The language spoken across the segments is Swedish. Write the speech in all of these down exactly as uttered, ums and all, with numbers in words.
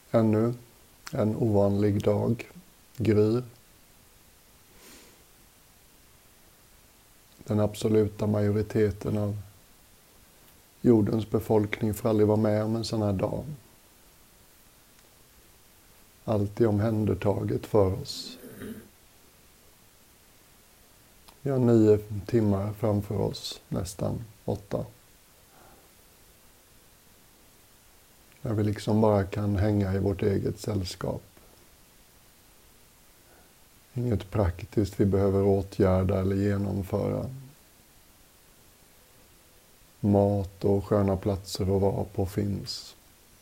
Ännu en ovanlig dag gryr. Den absoluta majoriteten av jordens befolkning får aldrig vara med om en sån här dag. Allt är omhändertaget för oss. Vi har nio timmar framför oss, nästan åtta. När vi liksom bara kan hänga i vårt eget sällskap. Inget praktiskt vi behöver åtgärda eller genomföra. Mat och sköna platser att vara på finns.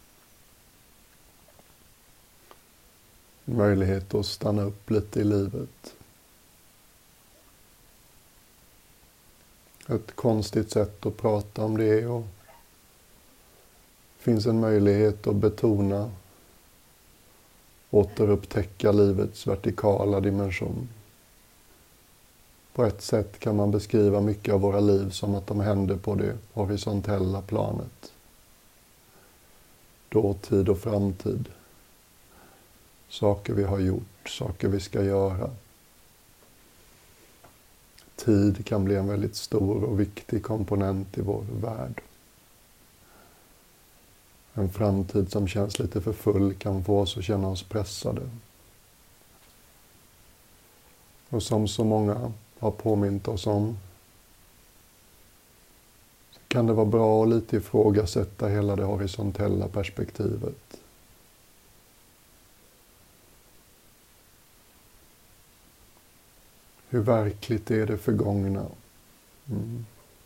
Möjlighet att stanna upp lite i livet. Ett konstigt sätt att prata om det, och det finns en möjlighet att betona, återupptäcka livets vertikala dimension. På ett sätt kan man beskriva mycket av våra liv som att de händer på det horisontella planet. Dåtid och framtid. Saker vi har gjort, saker vi ska göra. Tid kan bli en väldigt stor och viktig komponent i vår värld. En framtid som känns lite för full kan få oss att känna oss pressade. Och som så många har påmint oss om, så kan det vara bra att lite ifrågasätta hela det horisontella perspektivet. Hur verkligt är det förgångna? Mm.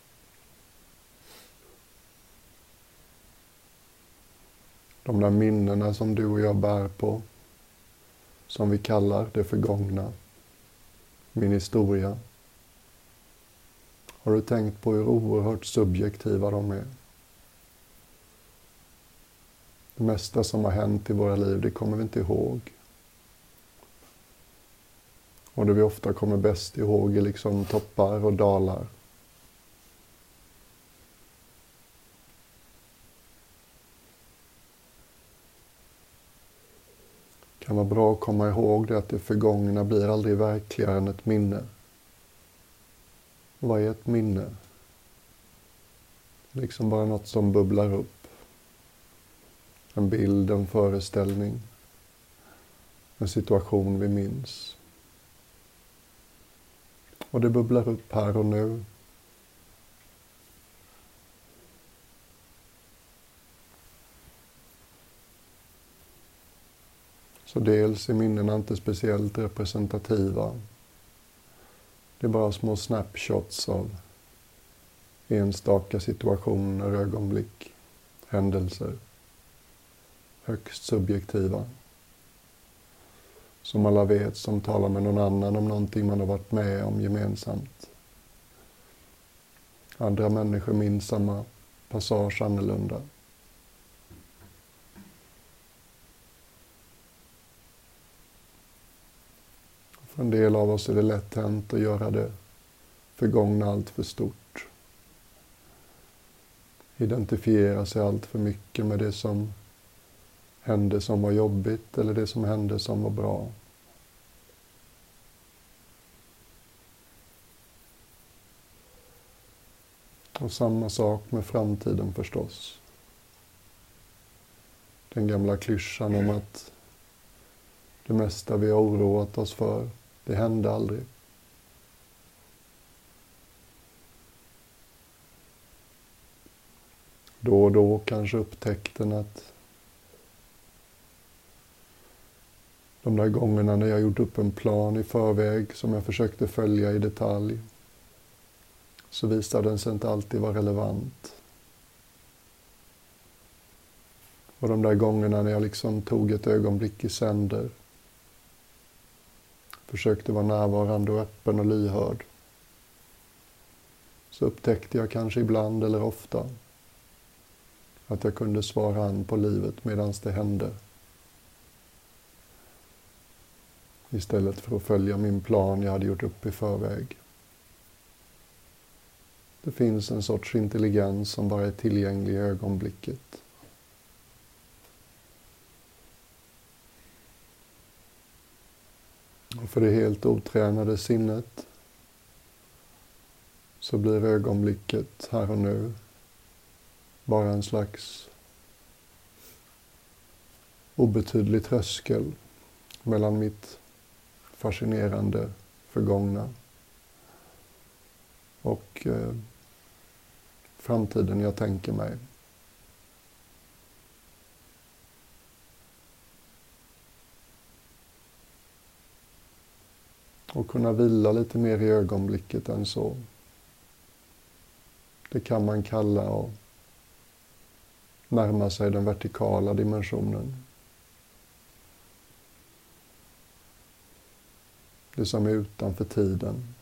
De där minnena som du och jag bär på, som vi kallar det förgångna, min historia. Har du tänkt på hur oerhört subjektiva de är? Det mesta som har hänt i våra liv, det kommer vi inte ihåg. Och det vi ofta kommer bäst ihåg är liksom toppar och dalar. Det kan vara bra att komma ihåg det, att det förgångna blir aldrig verkligare än ett minne. Vad är ett minne? Liksom bara något som bubblar upp. En bild, en föreställning. En situation vi minns. Och det bubblar upp här och nu. Så dels är minnena inte speciellt representativa. Det är bara små snapshots av enstaka situationer, ögonblick, händelser. Högst subjektiva. Som alla vet, som talar med någon annan om någonting man har varit med om gemensamt. Andra människor minns samma passage annorlunda. För en del av oss är det lätt hänt att göra det förgångna allt för stort. Identifiera sig allt för mycket med det som hände som var jobbigt eller det som hände som var bra. Och samma sak med framtiden förstås. Den gamla klyschan om att det mesta vi har oroat oss för, det hände aldrig. Då och då kanske upptäckten att de där gångerna när jag gjort upp en plan i förväg som jag försökte följa i detalj, så visade den sig inte alltid vara relevant. Och de där gångerna när jag liksom tog ett ögonblick i sänder, försökte vara närvarande och öppen och lyhörd, så upptäckte jag kanske ibland eller ofta att jag kunde svara an på livet medan det hände. Istället för att följa min plan jag hade gjort upp i förväg. Det finns en sorts intelligens som bara är tillgänglig i ögonblicket. Och för det helt otränade sinnet så blir ögonblicket här och nu bara en slags obetydlig tröskel mellan mitt fascinerande förgångna och eh, framtiden jag tänker mig. Och kunna vila lite mer i ögonblicket än så. Det kan man kalla att närma sig den vertikala dimensionen. Det som är utanför tiden.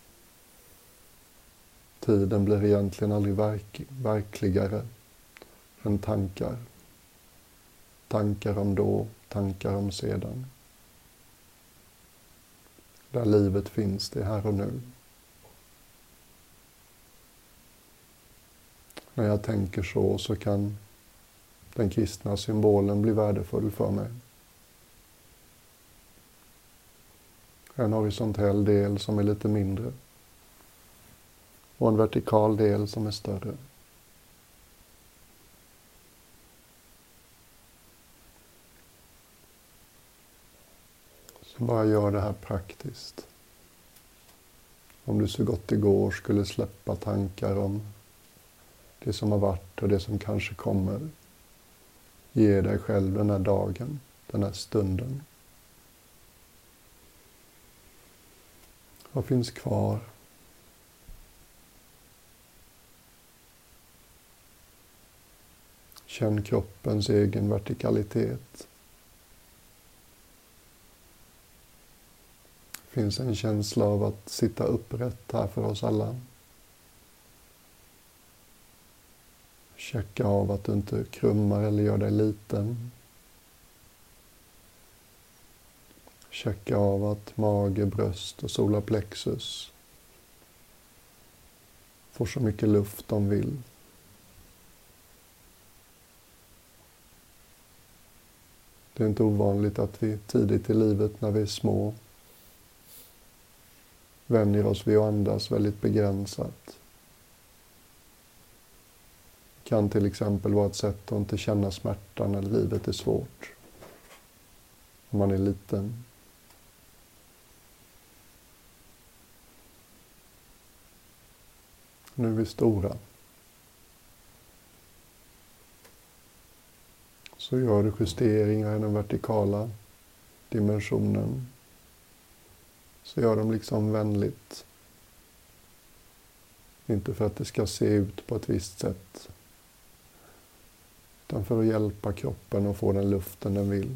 Tiden blir egentligen aldrig verk, verkligare än tankar. Tankar om då, tankar om sedan. Där livet finns, det är här och nu. När jag tänker så så kan den kristna symbolen bli värdefull för mig. En horisontell del som är lite mindre. Och en vertikal del som är större. Så bara gör det här praktiskt. Om du så gott det går skulle släppa tankar om det som har varit och det som kanske kommer. Ge dig själv den här dagen, den här stunden. Vad finns kvar? Känn kroppens egen vertikalitet. Det finns en känsla av att sitta upprätt här för oss alla. Checka av att du inte krummar eller gör dig liten. Checka av att mage, bröst och solarplexus får så mycket luft de vill. Det är inte ovanligt att vi tidigt i livet när vi är små vänjer oss vid att andas väldigt begränsat. Det kan till exempel vara ett sätt att inte känna smärtan när livet är svårt. Om man är liten. Nu är vi stora. Så gör du justeringar i den vertikala dimensionen. Så gör dem liksom vänligt. Inte för att det ska se ut på ett visst sätt. Utan för att hjälpa kroppen att få den luften den vill.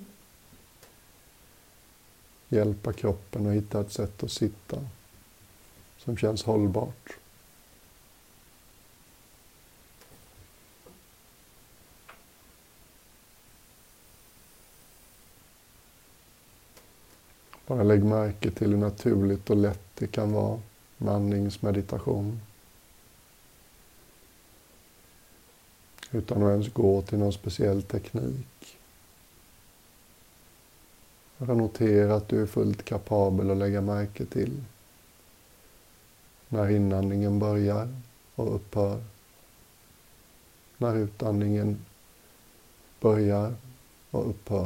Hjälpa kroppen att hitta ett sätt att sitta som känns hållbart. Bara lägg märke till hur naturligt och lätt det kan vara med andningsmeditation. Utan att ens gå till någon speciell teknik. Bara notera att du är fullt kapabel att lägga märke till när inandningen börjar och upphör. När utandningen börjar och upphör.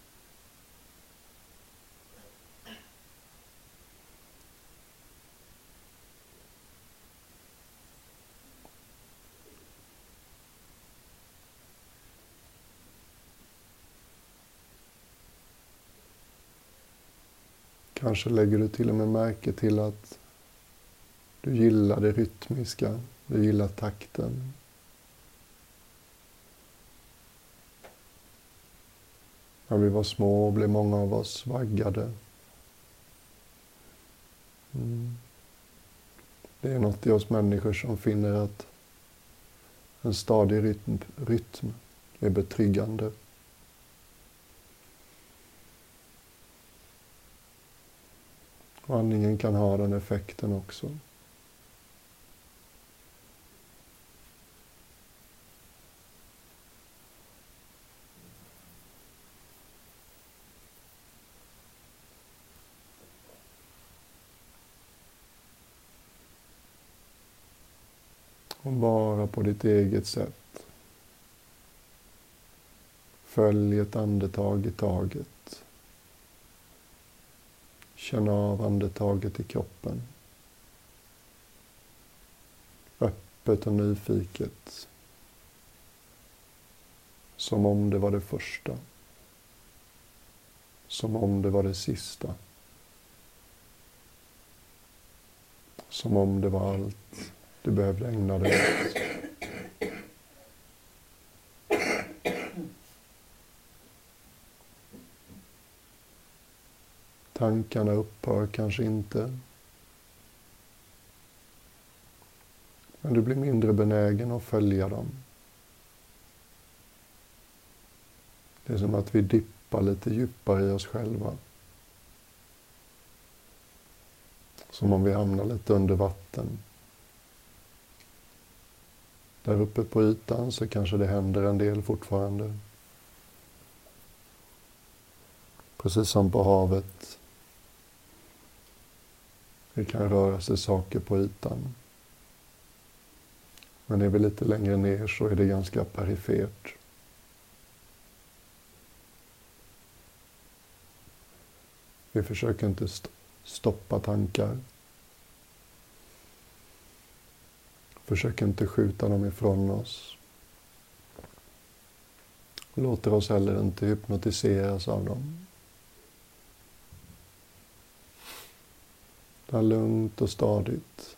Kanske lägger du till och med märke till att du gillar det rytmiska, du gillar takten. När vi var små blev många av oss vaggade. Mm. Det är något i oss människor som finner att en stadig rytm, rytm är betryggande. Och andningen kan ha den effekten också. Och bara på ditt eget sätt. Följ ett andetag i taget. Känn av andetaget i kroppen. Öppet och nyfiket. Som om det var det första. Som om det var det sista. Som om det var allt du behövde ägna dig åt. Tankarna upphör kanske inte. Men du blir mindre benägen att följa dem. Det är som att vi dippar lite djupare i oss själva. Som om vi hamnar lite under vatten. Där uppe på ytan så kanske det händer en del fortfarande. Precis som på havet. Det kan röra sig saker på ytan. Men är vi lite längre ner så är det ganska perifert. Vi försöker inte st- stoppa tankar. Försöker inte skjuta dem ifrån oss. Låter oss heller inte hypnotiseras av dem. Det är lugnt och stadigt.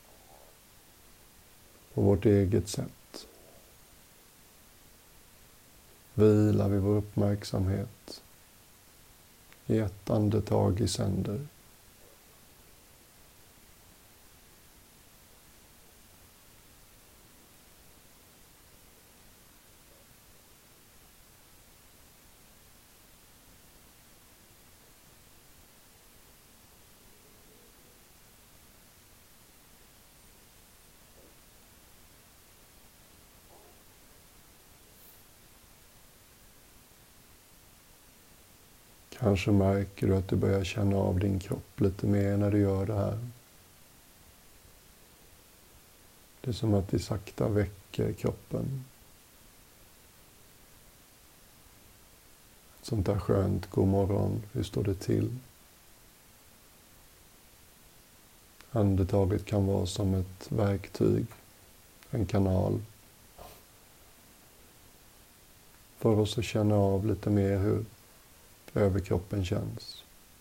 På vårt eget sätt. Vilar vi vår uppmärksamhet i ett andetag i sänder. Kanske märker du att du börjar känna av din kropp lite mer när du gör det här. Det är som att vi sakta väcker kroppen. Ett sånt där skönt god morgon, hur står det till? Andetaget kan vara som ett verktyg, en kanal. För oss att känna av lite mer hur överkroppen känns.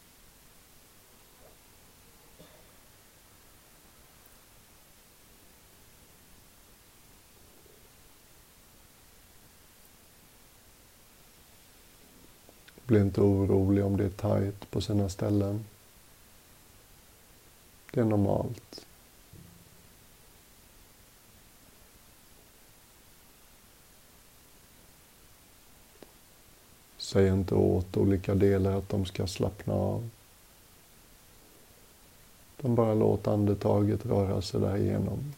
Bli inte orolig om det är tajt på sina ställen. Det är normalt. Säg inte åt olika delar att de ska slappna av. De bara låt andetaget röra sig där igenom.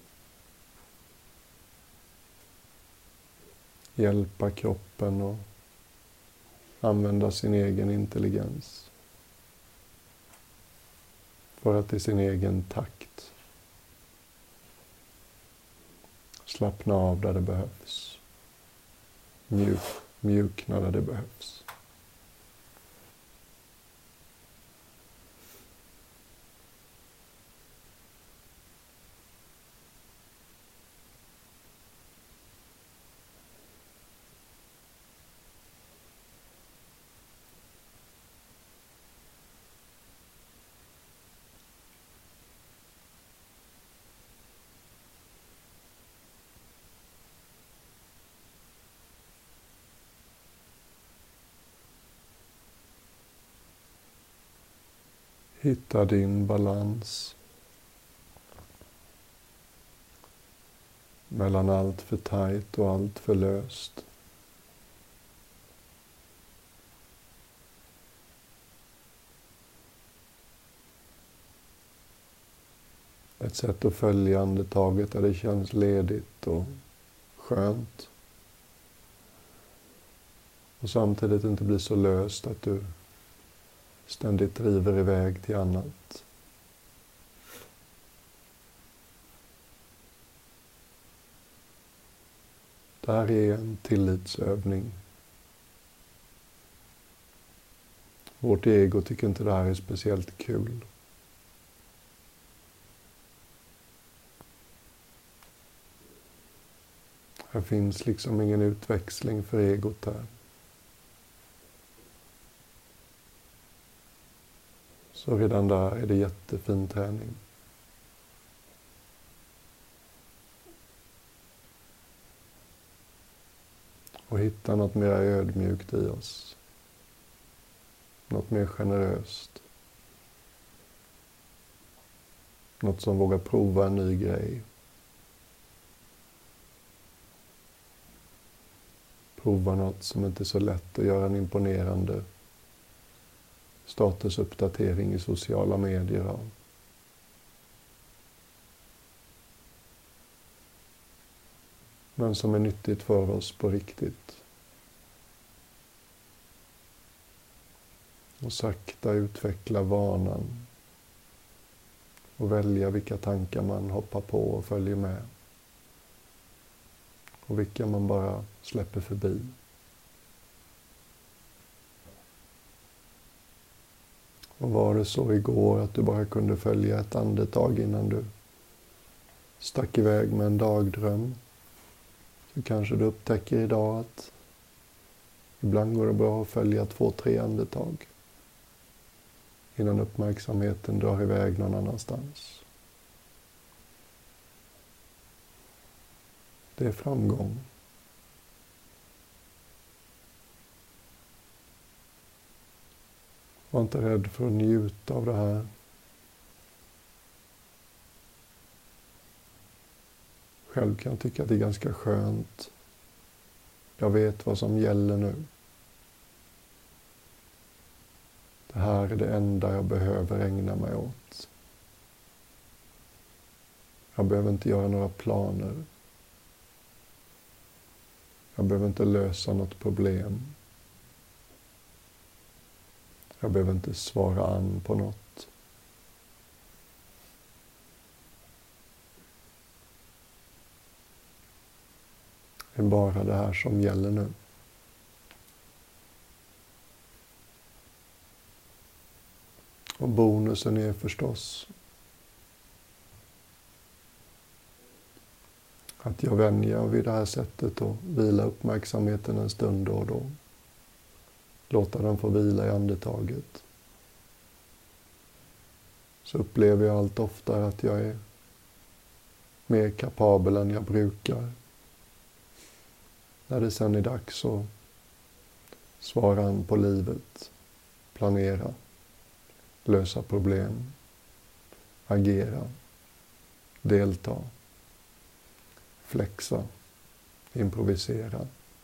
Hjälpa kroppen och använda sin egen intelligens. För att i sin egen takt slappna av där det behövs. Mjuk. Mjukna där det behövs. Hitta din balans mellan allt för tajt och allt för löst. Ett sätt att följa andetaget där det känns ledigt och skönt. Och samtidigt inte bli så löst att du ständigt driver iväg till annat. Det här är en tillitsövning. Vårt ego tycker inte det här är speciellt kul. Här finns liksom ingen utväxling för egot här. Så redan där är det jättefin träning. Och hitta något mer ödmjukt i oss. Något mer generöst. Något som vågar prova en ny grej. Prova något som inte är så lätt att göra en imponerande statusuppdatering i sociala medier av. Men som är nyttigt för oss på riktigt. Och sakta utveckla vanan. Och välja vilka tankar man hoppar på och följer med. Och vilka man bara släpper förbi. Och var det så igår att du bara kunde följa ett andetag innan du stack iväg med en dagdröm, så kanske du upptäcker idag att ibland går det bra att följa två, tre andetag innan uppmärksamheten drar iväg någon annanstans. Det är framgång. Var inte rädd för att njuta av det här. Själv kan jag tycka att det är ganska skönt. Jag vet vad som gäller nu. Det här är det enda jag behöver ägna mig åt. Jag behöver inte göra några planer. Jag behöver inte lösa något problem. Jag behöver inte svara an på något. Det är bara det här som gäller nu. Och bonusen är förstås att jag vänjer vid det här sättet att vila uppmärksamheten en stund då och då. Låta den få vila i andetaget. Så upplever jag allt oftare att jag är mer kapabel än jag brukar. När det sen är dags att svara an på livet, planera, lösa problem, agera, delta, flexa, improvisera.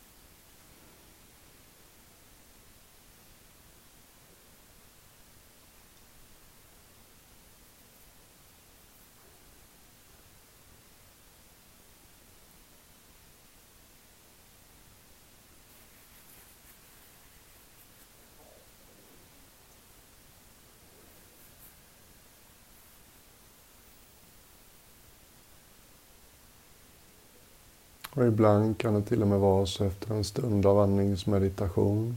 Och ibland kan det till och med vara så efter en stund av andningsmeditation.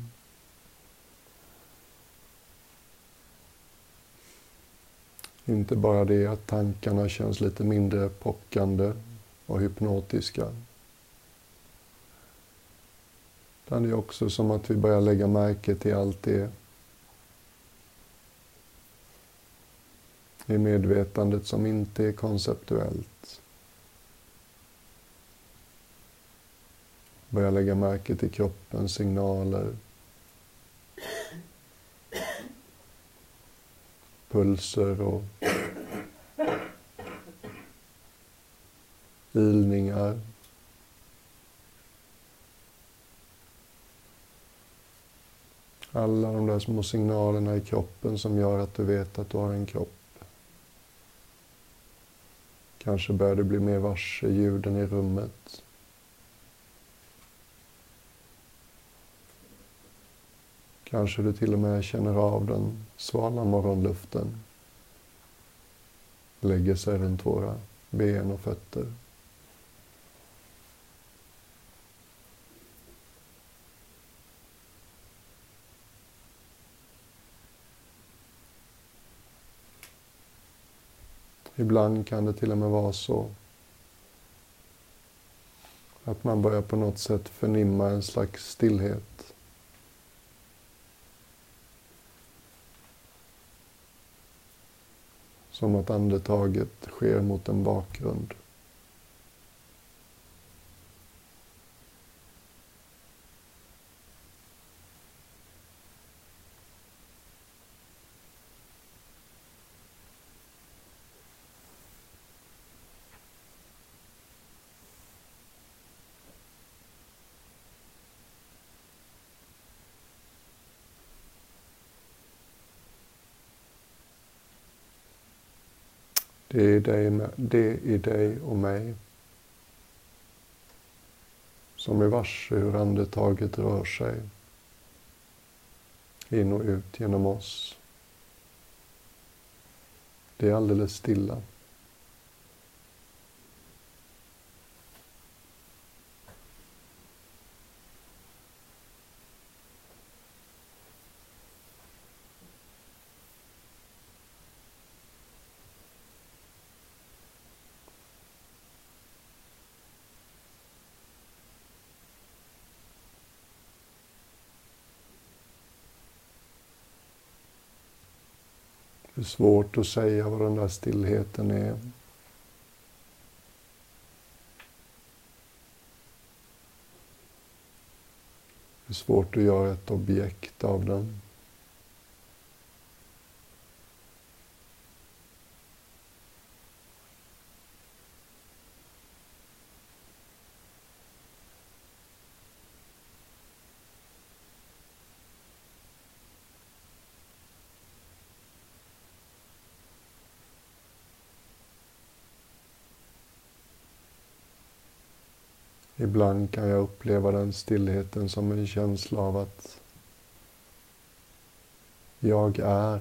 Inte bara det att tankarna känns lite mindre pockande och hypnotiska. Utan det är också som att vi börjar lägga märke till allt det i medvetandet som inte är konceptuellt. Börja lägga märke till kroppens signaler. Pulser och ilningar. Alla de där små signalerna i kroppen som gör att du vet att du har en kropp. Kanske börjar du bli mer varse ljuden i rummet. Kanske du till och med känner av den svala morgonluften. Lägger sig runt våra ben och fötter. Ibland kan det till och med vara så att man börjar på något sätt förnimma en slags stillhet. Som att andetaget sker mot en bakgrund. Det är, dig, det är dig och mig som är varse hur andetaget rör sig in och ut genom oss. Det är alldeles stilla. Det är svårt att säga vad den där stillheten är. Det är svårt att göra ett objekt av den. Ibland kan jag uppleva den stillheten som en känsla av att jag är.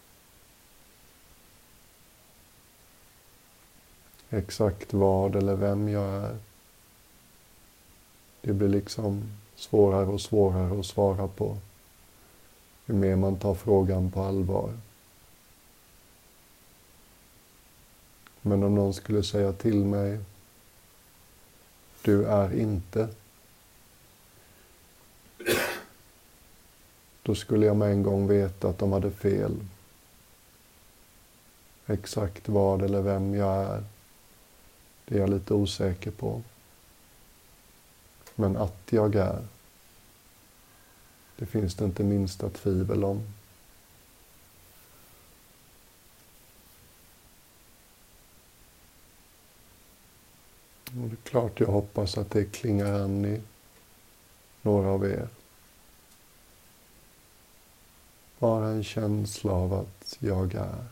Exakt vad eller vem jag är. Det blir liksom svårare och svårare att svara på ju mer man tar frågan på allvar. Men om någon skulle säga till mig: du är inte. Då skulle jag med en gång veta att de hade fel. Exakt vad eller vem jag är, det är jag lite osäker på. Men att jag är, det finns det inte minsta tvivel om. Och det är klart jag hoppas att det klingar an i några av er. Bara en känsla av att jag är.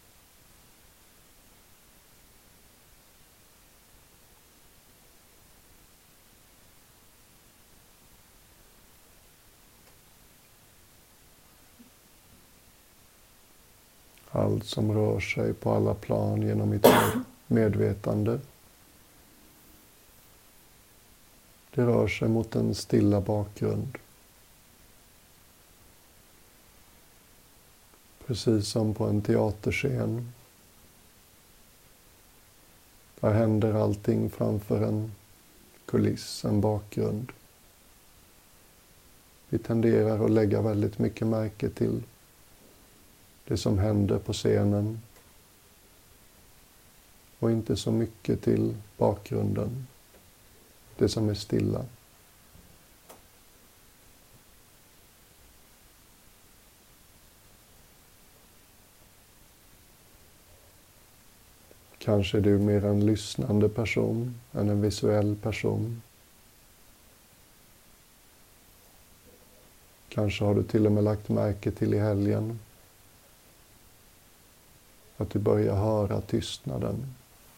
Allt som rör sig på alla plan genom mitt medvetande. Det rör sig mot en stilla bakgrund. Precis som på en teaterscen. Där händer allting framför en kuliss, en bakgrund. Vi tenderar att lägga väldigt mycket märke till det som händer på scenen och inte så mycket till bakgrunden, det som är stilla. Kanske är du mer en lyssnande person än en visuell person. Kanske har du till och med lagt märke till i helgen att du börjar höra tystnaden.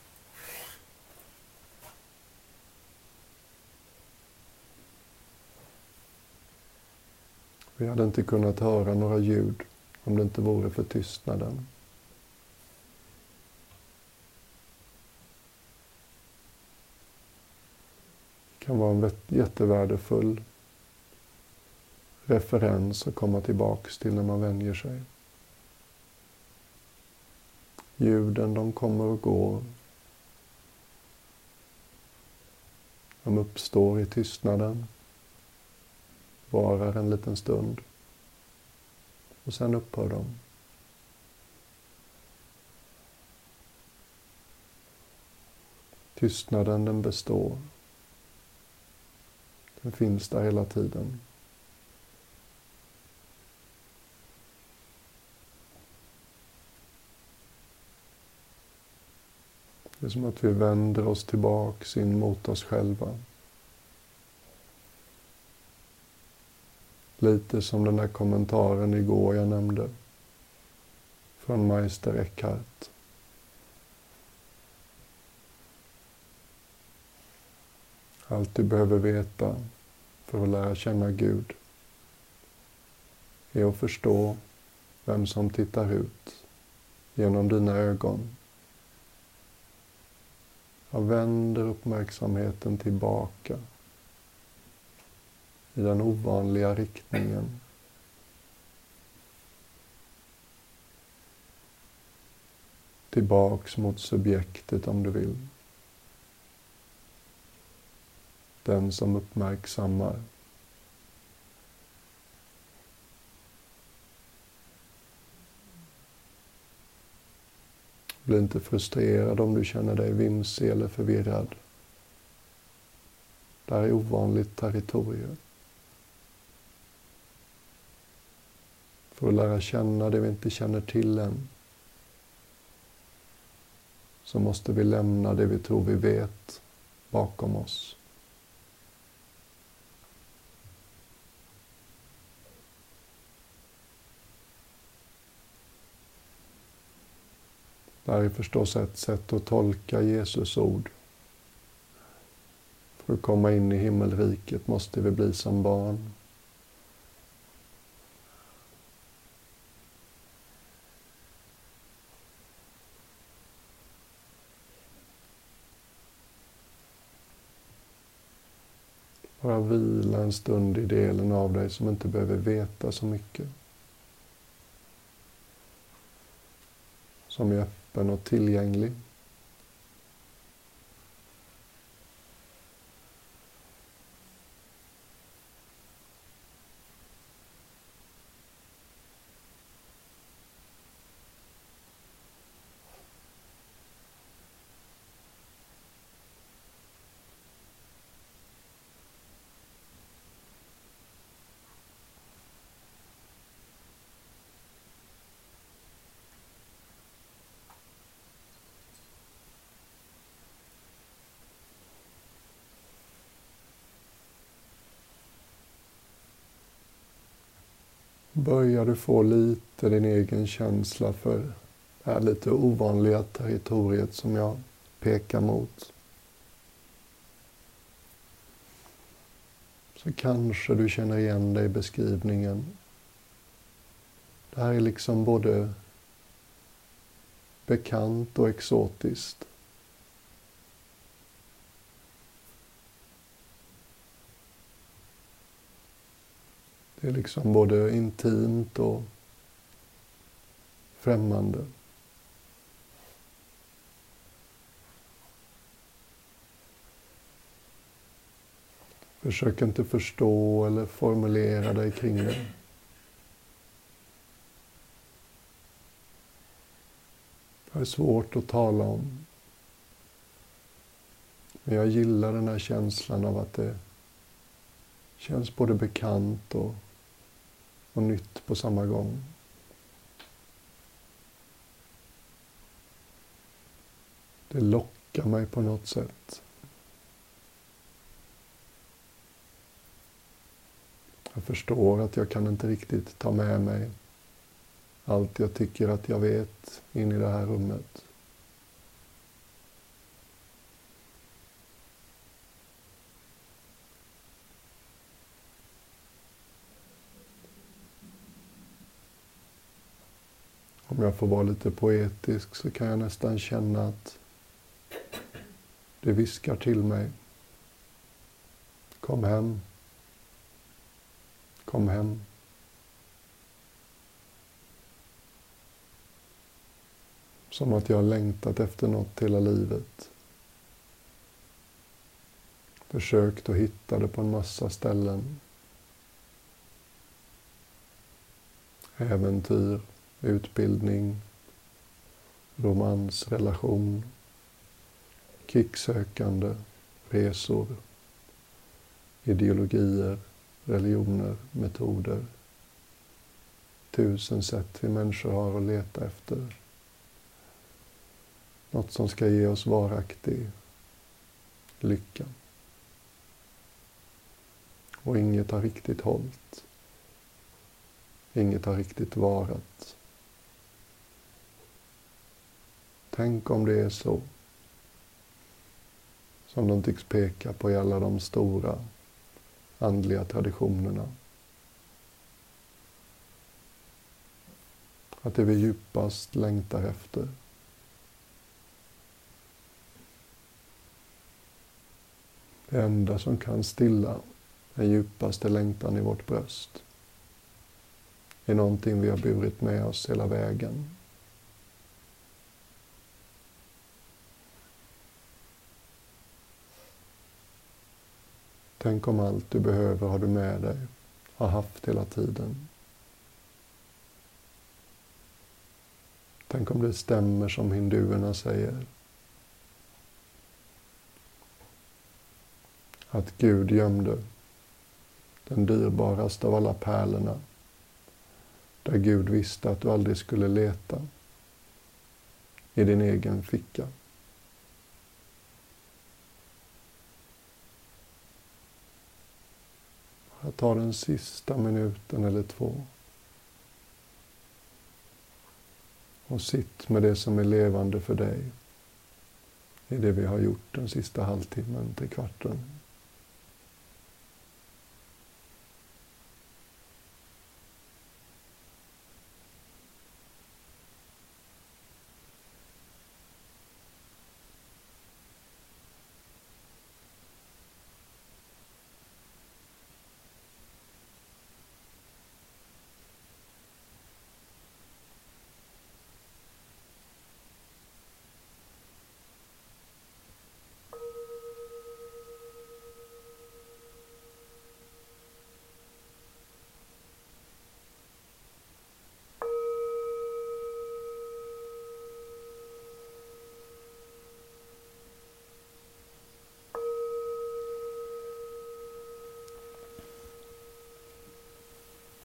Vi hade inte kunnat höra några ljud om det inte vore för tystnaden. Det kan vara en jättevärdefull referens att komma tillbaks till när man vänjer sig. Ljuden, de kommer och går. De uppstår i tystnaden, varar en liten stund och sen upphör de. Tystnaden, den består. Den finns där hela tiden. Det är som att vi vänder oss tillbaks in mot oss själva. Lite som den där kommentaren igår jag nämnde. Från Meister Eckhart. Allt du behöver veta för att lära känna Gud är att förstå vem som tittar ut genom dina ögon. Jag vänder uppmärksamheten tillbaka i den ovanliga riktningen. Tillbaks mot subjektet om du vill. Den som uppmärksammar. Bli inte frustrerad om du känner dig vimsig eller förvirrad. Det här är ovanligt territorium. För att lära känna det vi inte känner till än, så måste vi lämna det vi tror vi vet bakom oss. Det här är förstås ett sätt att tolka Jesus ord. För att komma in i himmelriket måste vi bli som barn. Bara vila en stund i delen av dig som inte behöver veta så mycket. Som är öppen och tillgänglig. Börjar du få lite din egen känsla för det här lite ovanliga territoriet som jag pekar mot, så kanske du känner igen dig i beskrivningen. Det här är liksom både bekant och exotiskt. Det är liksom både intimt och främmande. Försök inte förstå eller formulera dig kring det. Det är svårt att tala om. Men jag gillar den här känslan av att det känns både bekant och, och nytt på samma gång. Det lockar mig på något sätt. Jag förstår att jag kan inte riktigt ta med mig allt jag tycker att jag vet in i det här rummet. Om jag får vara lite poetisk så kan jag nästan känna att det viskar till mig. Kom hem. Kom hem. Som att jag har längtat efter något hela livet. Försökt att hitta det på en massa ställen. Äventyr, utbildning, romans, relation, kicksökande, resor, ideologier, religioner, metoder. Tusen sätt vi människor har att leta efter. Något som ska ge oss varaktig lycka. Och inget har riktigt hållit. Inget har riktigt varat. Tänk om det är så. Som de tycks peka på i alla de stora andliga traditionerna. Att det vi djupast längtar efter. Det enda som kan stilla den djupaste längtan i vårt bröst är någonting vi har burit med oss hela vägen. Tänk om allt du behöver har du med dig, har haft hela tiden. Tänk om det stämmer som hinduerna säger. Att Gud gömde den dyrbaraste av alla pärlorna. Där Gud visste att du aldrig skulle leta. I din egen ficka. Jag tar den sista minuten eller två. Och sitt med det som är levande för dig. I det vi har gjort den sista halvtimmen till kvarten.